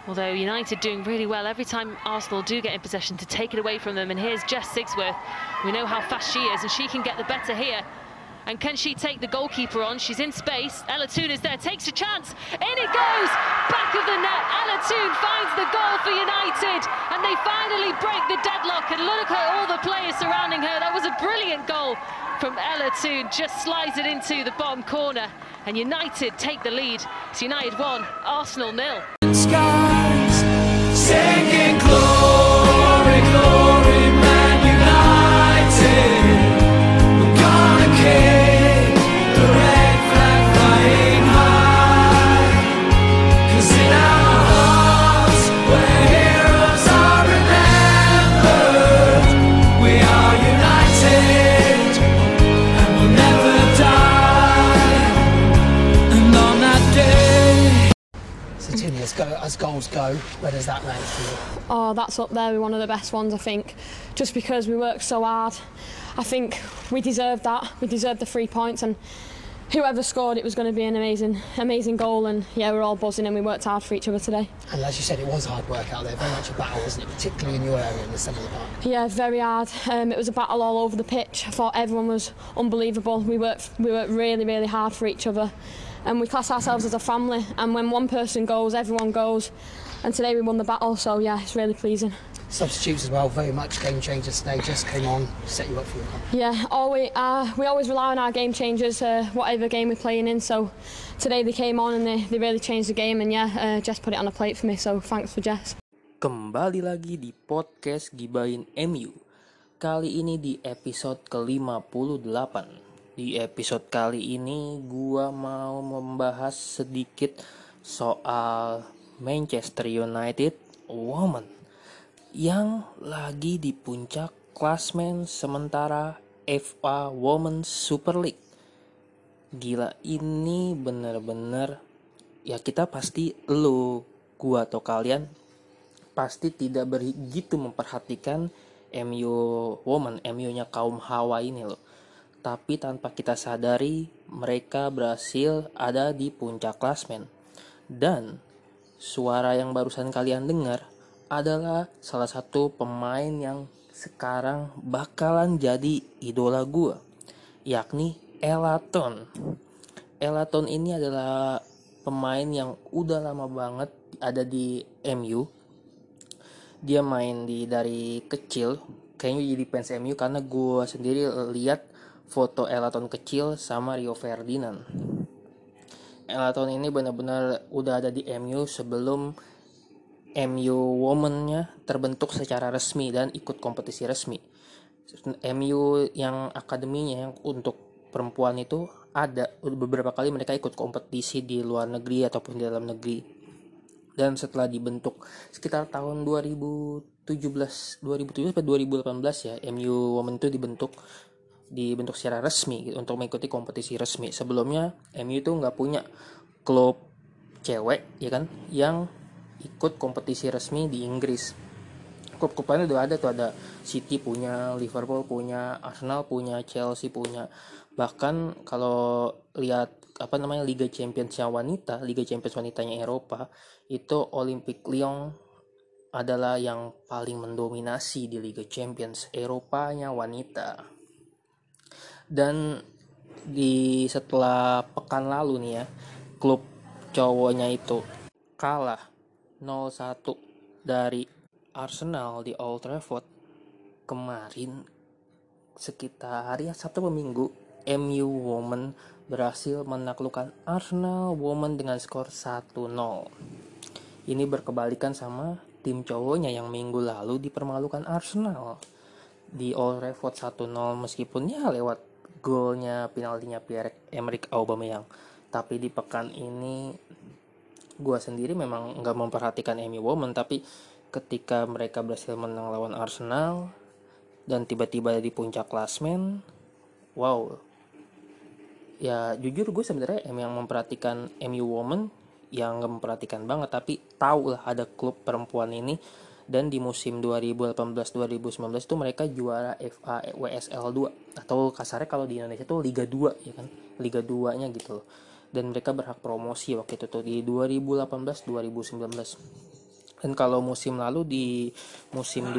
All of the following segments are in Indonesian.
Although United doing really well every time Arsenal do get in possession to take it away from them. And here's Jess Sigsworth. We know how fast she is, and she can get the better here. And can she take the goalkeeper on? She's in space. Ella Toone is there, takes a chance. In it goes! Back of the net. Ella Toone finds the goal for United. And they finally break the deadlock. And look at all the players surrounding her. That was a brilliant goal from Ella Toone. Just slides it into the bottom corner. And United take the lead. It's United 1, Arsenal 0. Skies singing glory, glory, Man United. We're gonna kick the red flag flying high. 'Cause in our hearts, where heroes are remembered, we are united and we'll never die. And on that day. So Tilly, as goals go, where does that rank for you? Oh, that's up there with one of the best ones, I think. Just because we worked so hard, I think we deserved that. We deserved the 3 points, and whoever scored it was going to be an amazing goal. And yeah, we're all buzzing, and we worked hard for each other today. And as you said, it was hard work out there, very much a battle, wasn't it? Particularly in your area in the centre of the park. Yeah, very hard. It was a battle all over the pitch. I thought everyone was unbelievable. We worked really, really hard for each other. And we class ourselves as a family, and when one person goes, everyone goes. And today we won the battle, so yeah, it's really pleasing. Substitutes as well, very much game changers today, just came on, set you up for your goal. Yeah, we always rely on our game changers, whatever game we're playing in, so today they came on and they really changed the game, and yeah, Jess put it on a plate for me, so thanks for Jess. Kembali lagi di podcast Gibain MU. Kali ini di episode ke-58. Di episode kali ini gua mau membahas sedikit soal Manchester United Women yang lagi di puncak klasmen sementara FA Women's Super League. Gila, ini bener-bener ya, kita pasti gua atau kalian pasti tidak begitu memperhatikan MU Women, MU-nya kaum Hawa ini loh. Tapi tanpa kita sadari, mereka berhasil ada di puncak klasmen. Dan suara yang barusan kalian dengar adalah salah satu pemain yang sekarang bakalan jadi idola gue, yakni Ella Toone. Ella Toone ini adalah pemain yang udah lama banget ada di MU. Dia main dari kecil, kayaknya jadi fans MU karena gue sendiri lihat foto Ella Toone kecil sama Rio Ferdinand. Ella Toone ini benar-benar udah ada di MU sebelum MU Women-nya terbentuk secara resmi dan ikut kompetisi resmi. MU yang akademinya yang untuk perempuan itu ada beberapa kali mereka ikut kompetisi di luar negeri ataupun di dalam negeri. Dan setelah dibentuk sekitar tahun 2017 atau 2018 ya, MU Women itu dibentuk secara resmi gitu, untuk mengikuti kompetisi resmi. Sebelumnya MU itu nggak punya klub cewek ya kan yang ikut kompetisi resmi di Inggris. Klub-klub lain udah ada tuh, ada City punya, Liverpool punya, Arsenal punya, Chelsea punya. Bahkan kalau lihat Liga Champions wanitanya Eropa, itu Olympique Lyon adalah yang paling mendominasi di Liga Champions Eropanya wanita. Dan setelah pekan lalu nih ya, klub cowoknya itu kalah 0-1 dari Arsenal di Old Trafford kemarin. Sekitar hari Sabtu atau Minggu, MU Women berhasil menaklukkan Arsenal Women dengan skor 1-0. Ini berkebalikan sama tim cowoknya yang minggu lalu dipermalukan Arsenal di Old Trafford 1-0, meskipun ya lewat golnya penaltinya Pierre-Emerick Aubameyang. Tapi di pekan ini gue sendiri memang nggak memperhatikan MU Women, tapi ketika mereka berhasil menang lawan Arsenal dan tiba-tiba di puncak klasmen, wow. Ya jujur gue sebenarnya yang memperhatikan MU Women yang nggak memperhatikan banget, tapi tahu lah ada klub perempuan ini. Dan di musim 2018-2019 itu mereka juara FA WSL 2, atau kasarnya kalau di Indonesia itu Liga 2 ya kan, Liga 2-nya gitu loh. Dan mereka berhak promosi waktu itu tuh di 2018-2019. Dan kalau musim lalu di musim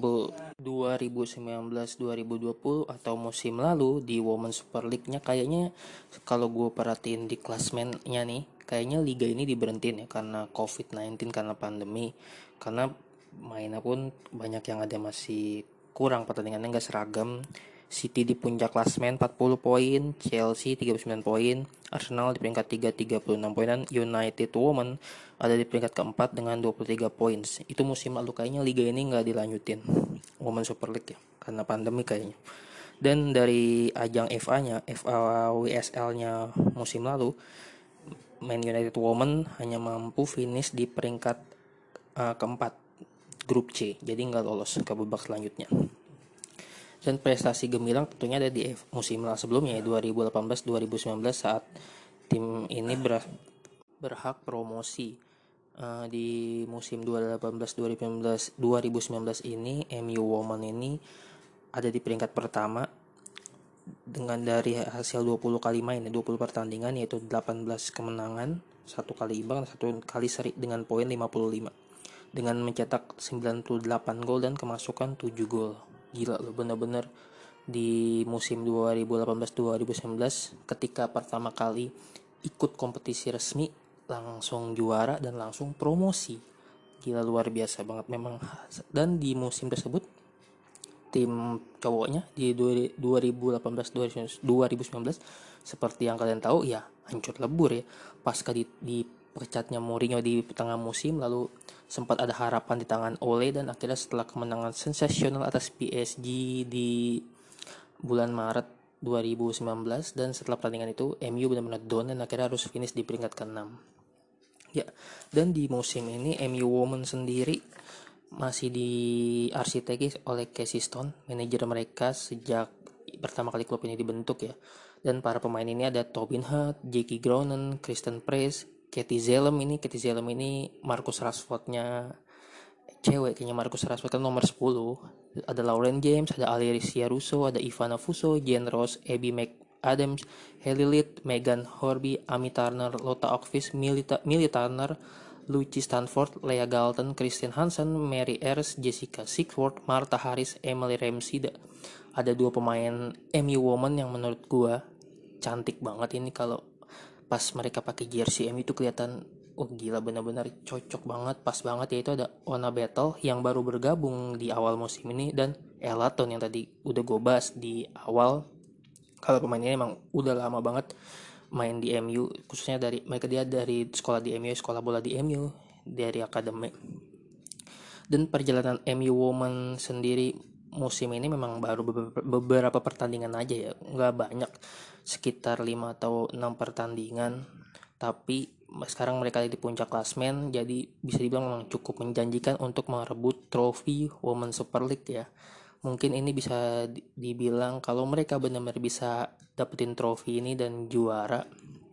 2019-2020 atau musim lalu di Women's Super League-nya kayaknya kalau gue perhatiin di klasmennya nih, kayaknya liga ini diberhentiin ya karena COVID-19, karena pandemi, karena mainnya pun banyak yang ada masih kurang, pertandingannya nggak seragam. City di puncak klasmen 40 poin, Chelsea 39 poin, Arsenal di peringkat 3 36 poin, dan United Women ada di peringkat keempat dengan 23 poin. Itu musim lalu, kayaknya liga ini nggak dilanjutin, Women Super League ya, karena pandemi kayaknya. Dan dari ajang FA WSL-nya musim lalu, Man United Women hanya mampu finish di peringkat keempat grup C, jadi nggak lolos ke babak selanjutnya. Dan prestasi gemilang tentunya ada di musim sebelumnya 2018-2019 saat tim ini berhak promosi. Di musim 2018-2019 ini MU Women ini ada di peringkat pertama dengan dari hasil 20 kali main, 20 pertandingan, yaitu 18 kemenangan, 1 kali imbang, 1 kali seri dengan poin 55, dengan mencetak 98 gol dan kemasukan 7 gol. Gila loh, bener-bener di musim 2018-2019 ketika pertama kali ikut kompetisi resmi langsung juara dan langsung promosi. Gila, luar biasa banget memang. Dan di musim tersebut tim cowoknya di 2018-2019 seperti yang kalian tahu ya, hancur lebur ya. Pasca di pecatnya Mourinho di tengah musim, lalu sempat ada harapan di tangan Ole, dan akhirnya setelah kemenangan sensasional atas PSG di bulan Maret 2019, dan setelah pertandingan itu MU benar-benar down dan akhirnya harus finish di peringkat ke-6. Ya, dan di musim ini MU Women sendiri masih diarsiteki oleh Casey Stone, manajer mereka sejak pertama kali klub ini dibentuk ya. Dan para pemain ini ada Tobin Hutt, Jackie Groenen, Kristen Press, Katie Zelem ini Marcus Rashford-nya cewek, kayaknya Marcus Rashford kan nomor 10. Ada Lauren James, ada Alicia Russo, ada Ivana Fuso, Jen Ross, Abby McAdams, Hailey Litt, Megan Horby, Amy Turner, Lotta Oakvis, Millie Turner, Lucy Stanford, Lea Galton, Christine Hansen, Mary Ayres, Jessica Sickworth, Martha Harris, Emily Ramsey. Ada 2 pemain MU Women yang menurut gua cantik banget ini. Kalau pas mereka pakai jersey MU itu kelihatan, oh gila, benar-benar cocok banget, pas banget. Yaitu ada Ona Battle yang baru bergabung di awal musim ini, dan Ella Toone yang tadi udah gue bahas di awal. Kalau pemain ini emang udah lama banget main di MU, khususnya dia dari sekolah di MU, sekolah bola di MU, dari akademi. Dan perjalanan MU Women sendiri musim ini memang baru beberapa pertandingan aja ya, nggak banyak, sekitar 5 atau 6 pertandingan, tapi sekarang mereka di puncak klasmen, jadi bisa dibilang memang cukup menjanjikan untuk merebut trofi Women Super League ya. Mungkin ini bisa dibilang kalau mereka benar-benar bisa dapetin trofi ini dan juara,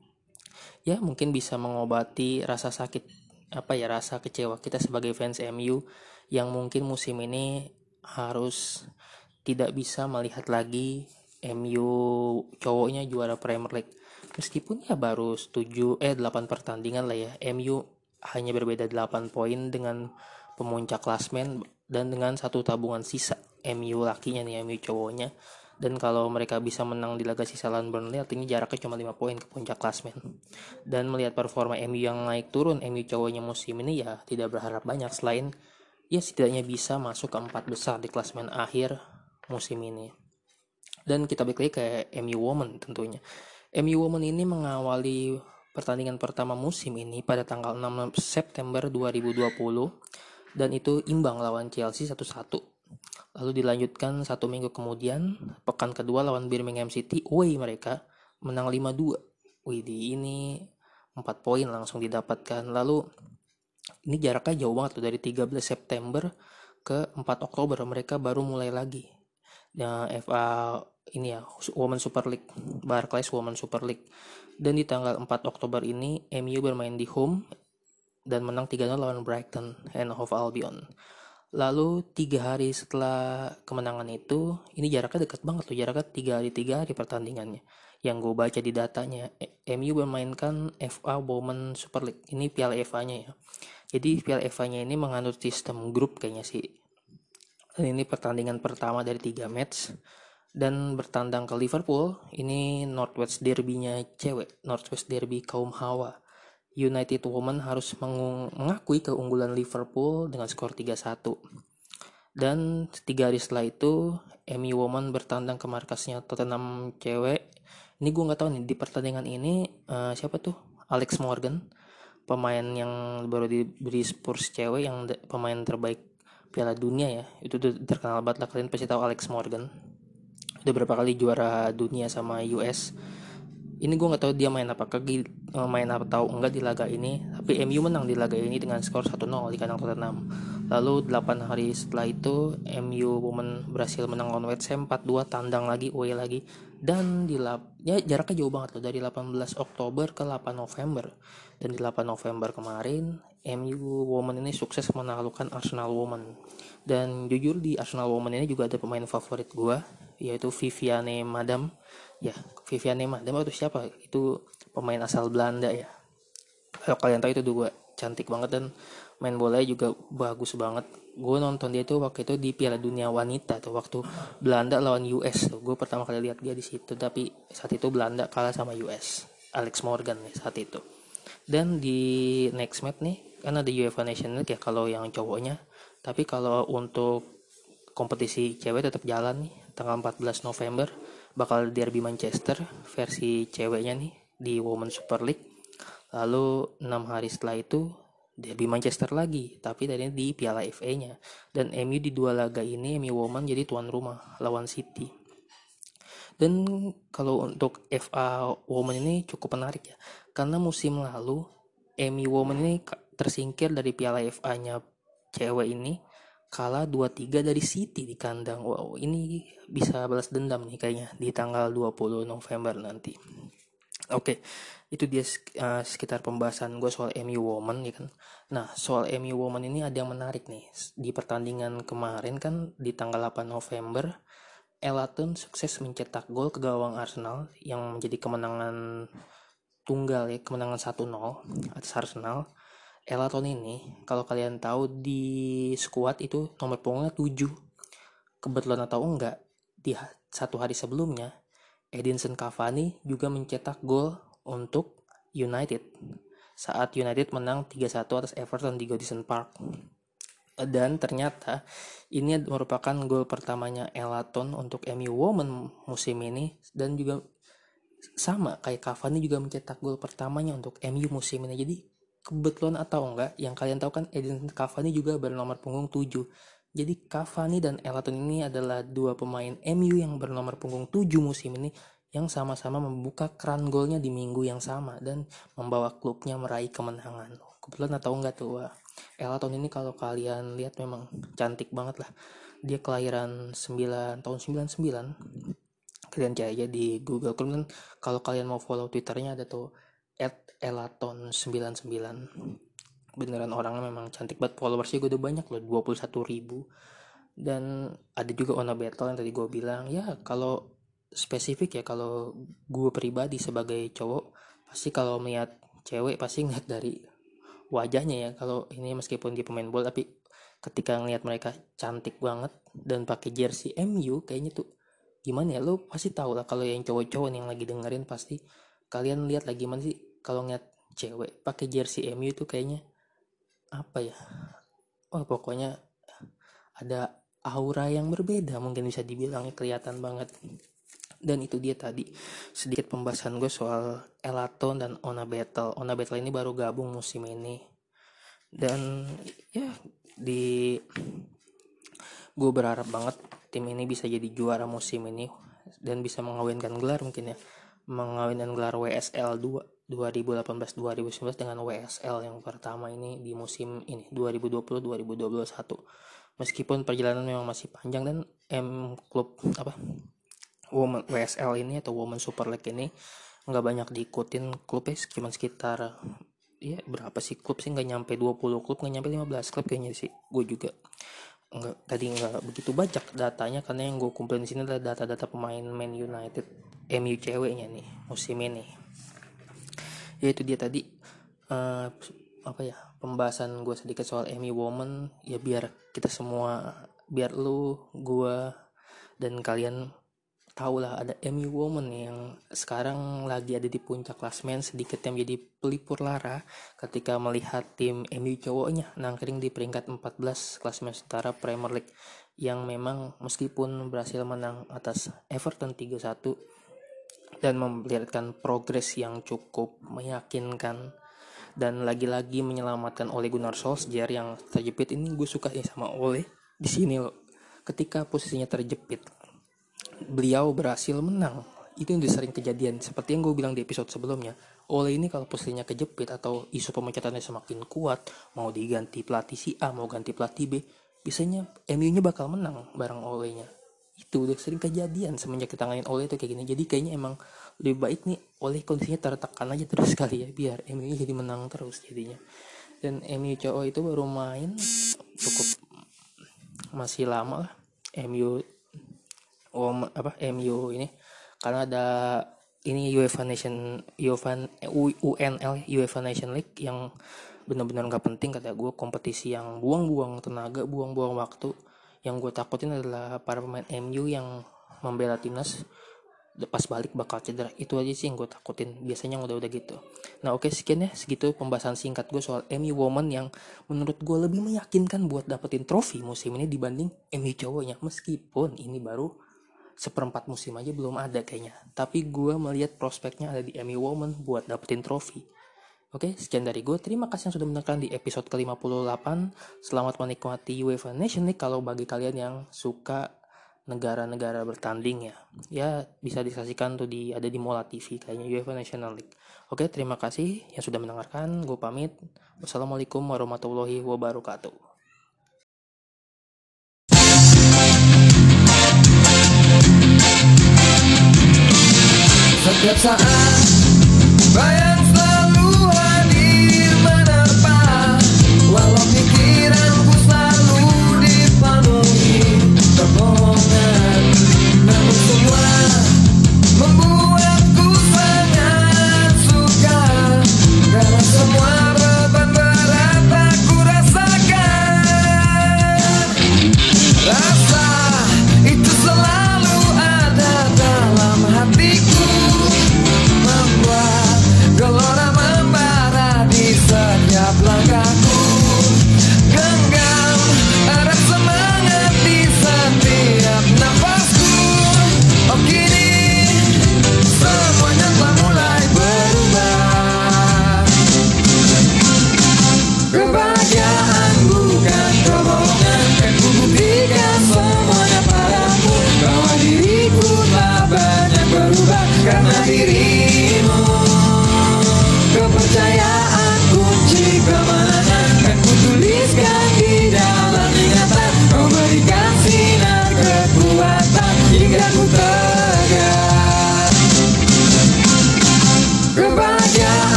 ya mungkin bisa mengobati rasa sakit, rasa kecewa kita sebagai fans MU yang mungkin musim ini harus tidak bisa melihat lagi MU cowoknya juara Premier League. Meskipun ya baru 8 pertandingan lah ya, MU hanya berbeda 8 poin dengan pemuncak klasmen dan dengan 1 tabungan sisa MU lakinya nih, MU cowoknya. Dan kalau mereka bisa menang di laga sisa lawan Burnley, artinya jaraknya cuma 5 poin ke puncak klasmen. Dan melihat performa MU yang naik turun, MU cowoknya musim ini ya tidak berharap banyak selain ya setidaknya bisa masuk ke 4 besar di klasemen akhir musim ini. Dan kita balik lagi ke MU Women tentunya. MU Women ini mengawali pertandingan pertama musim ini pada tanggal 6 September 2020 dan itu imbang lawan Chelsea 1-1. Lalu dilanjutkan 1 minggu kemudian, pekan kedua lawan Birmingham City, away mereka menang 5-2. Di ini 4 poin langsung didapatkan. Lalu ini jaraknya jauh banget tuh, dari 13 September ke 4 Oktober mereka baru mulai lagi. Nah, FA ini ya, Women Super League, Barclays Women Super League. Dan di tanggal 4 Oktober ini MU bermain di home dan menang 3-0 lawan Brighton and Hove Albion. Lalu 3 hari setelah kemenangan itu, ini jaraknya dekat banget tuh, jaraknya 3 hari pertandingannya. Yang gue baca di datanya, MU bermainkan FA Women Super League, ini Piala FA-nya ya, Jadi Piala FA-nya ini menganut sistem grup kayaknya sih. Dan ini pertandingan pertama dari 3 match. Dan bertandang ke Liverpool, ini Northwest Derby-nya cewek, Northwest Derby kaum hawa. United Women harus mengakui keunggulan Liverpool dengan skor 3-1. Dan 3 hari setelah itu, MU Women bertandang ke markasnya Tottenham cewek. Ini gue nggak tahu nih di pertandingan ini siapa tuh Alex Morgan, pemain yang baru diberi Spurs cewek yang pemain terbaik Piala Dunia ya. Itu terkenal banget lah, kalian pasti tahu Alex Morgan. Udah berapa kali juara dunia sama US. Ini gue nggak tahu dia main atau enggak di laga ini, tapi MU menang di laga ini dengan skor 1-0 di kandang Tottenham. Lalu 8 hari setelah itu MU Women berhasil menang lawan West Ham 4-2, tandang lagi, away lagi, dan jaraknya jauh banget loh, dari 18 Oktober ke 8 November. Dan di 8 November kemarin MU Women ini sukses menaklukkan Arsenal Women. Dan jujur di Arsenal Women ini juga ada pemain favorit gue, yaitu Viviane Madam. Ya, Viviane Madam itu siapa? Itu pemain asal Belanda ya. Kalau kalian tahu itu juga cantik banget dan main bola juga bagus banget. Gue nonton dia tuh waktu itu di Piala Dunia Wanita tuh, waktu Belanda lawan US tuh. Gue pertama kali lihat dia di situ, tapi saat itu Belanda kalah sama US. Alex Morgan nih saat itu. Dan di next match nih, kan ada UEFA Nations League ya kalau yang cowoknya. Tapi kalau untuk kompetisi cewek tetap jalan nih, tanggal 14 November bakal derby Manchester versi ceweknya nih di Women Super League. Lalu 6 hari setelah itu derby Manchester lagi, tapi tadi di Piala FA-nya. Dan MU di 2 laga ini MU Women jadi tuan rumah lawan City. Dan kalau untuk FA Women ini cukup menarik ya, karena musim lalu MU Women ini tersingkir dari Piala FA-nya cewek ini, kalah 2-3 dari City di kandang. Wow, ini bisa balas dendam nih kayaknya di tanggal 20 November nanti. Oke, itu dia sekitar pembahasan gue soal MU Women ya kan. Nah, soal MU Women ini ada yang menarik nih. Di pertandingan kemarin kan di tanggal 8 November, Elaton sukses mencetak gol ke gawang Arsenal yang menjadi kemenangan tunggal ya, kemenangan 1-0 atas Arsenal. Elaton ini kalau kalian tahu di skuad itu nomor punggungnya 7. Kebetulan atau enggak, di satu hari sebelumnya Edinson Cavani juga mencetak gol untuk United saat United menang 3-1 atas Everton di Goodison Park. Dan ternyata ini merupakan gol pertamanya Elaton untuk MU Women musim ini, dan juga sama kayak Cavani juga mencetak gol pertamanya untuk MU musim ini. Jadi kebetulan atau enggak, yang kalian tahu kan Edinson Cavani juga bernomor punggung 7. Jadi Cavani dan Elaton ini adalah 2 pemain MU yang bernomor punggung 7 musim ini, yang sama-sama membuka keran golnya di minggu yang sama dan membawa klubnya meraih kemenangan. Kebetulan atau enggak tuh, Elaton ini kalau kalian lihat memang cantik banget lah. Dia kelahiran tahun 99. Kalian cari aja di Google. Kemudian kalau kalian mau follow Twitternya ada tuh @elaton99. Beneran orangnya memang cantik banget, followersnya gue udah banyak loh, 21.000. Dan ada juga Ona Battle yang tadi gue bilang. Ya kalau spesifik ya, kalau gue pribadi sebagai cowok, pasti kalau melihat cewek pasti ngeliat dari wajahnya ya. Kalau ini meskipun dia pemain bola, tapi ketika ngeliat mereka cantik banget dan pakai jersey MU, kayaknya tuh gimana ya, lo pasti tahu lah. Kalau yang cowok-cowok yang lagi dengerin, pasti kalian lihat lagi gimana sih kalau ngeliat cewek pakai jersey MU itu kayaknya apa ya, pokoknya ada aura yang berbeda, mungkin bisa dibilang, kelihatan banget. Dan itu dia tadi sedikit pembahasan gue soal Elaton dan Ona Battle. Ona Battle ini baru gabung musim ini, dan ya gue berharap banget tim ini bisa jadi juara musim ini dan bisa mengawinkan gelar, mungkin ya, mengawinkan gelar WSL 2018-2019 dengan WSL yang pertama ini di musim ini 2020-2021. Meskipun perjalanan memang masih panjang dan klub Women WSL ini atau Women Super League ini nggak banyak diikutin klubnya, cuma sekitar ya berapa sih klub sih, nggak nyampe 20 klub, nggak nyampe 15 klub kayaknya sih. Gue juga nggak begitu banyak datanya, karena yang gue kumpulin di sini adalah data-data pemain Man United MU ceweknya nih musim ini. Ya itu dia tadi pembahasan gue sedikit soal MU Women, ya biar kita semua, biar lu, gue, dan kalian tahu lah ada MU Women yang sekarang lagi ada di puncak klasemen, sedikit yang menjadi pelipur lara ketika melihat tim MU cowoknya nangkring di peringkat 14 klasemen setara Premier League, yang memang meskipun berhasil menang atas Everton 3-1 dan memperlihatkan progres yang cukup meyakinkan, dan lagi-lagi menyelamatkan Ole Gunnar Solskjaer yang terjepit. Ini gue suka ya sama Ole di sini loh, ketika posisinya terjepit beliau berhasil menang. Itu yang sering kejadian, seperti yang gue bilang di episode sebelumnya. Ole ini kalau posisinya kejepit atau isu pemecatannya semakin kuat, mau diganti pelatih si A, mau ganti pelatih B, biasanya MU-nya bakal menang bareng Ole-nya. Itu udah sering kejadian semenjak ditanganin Ole itu kayak gini. Jadi kayaknya emang lebih baik nih Ole kondisinya tertekan aja terus kali ya, biar MU jadi menang terus jadinya. Dan MU cowok itu baru main cukup masih lama lah MU ini, karena ada ini UEFA Nation League yang benar-benar nggak penting kata gue, kompetisi yang buang-buang tenaga, buang-buang waktu. Yang gue takutin adalah para pemain MU yang membela timnas pas balik bakal cedera. Itu aja sih yang gue takutin, biasanya udah gitu. Nah oke, sekian ya, segitu pembahasan singkat gue soal MU Women yang menurut gue lebih meyakinkan buat dapetin trofi musim ini dibanding MU cowoknya. Meskipun ini baru seperempat musim aja belum ada kayaknya, tapi gue melihat prospeknya ada di MU Women buat dapetin trofi. Oke, sekian dari gue. Terima kasih yang sudah menonton di episode ke-58. Selamat menikmati UEFA Nation League kalau bagi kalian yang suka negara-negara bertanding ya bisa disaksikan tuh ada di Mola TV kayaknya, UEFA National League. Oke, terima kasih yang sudah mendengarkan. Gue pamit. Wassalamualaikum warahmatullahi wabarakatuh. Setiap saat bayang selalu hadir menerpa, walau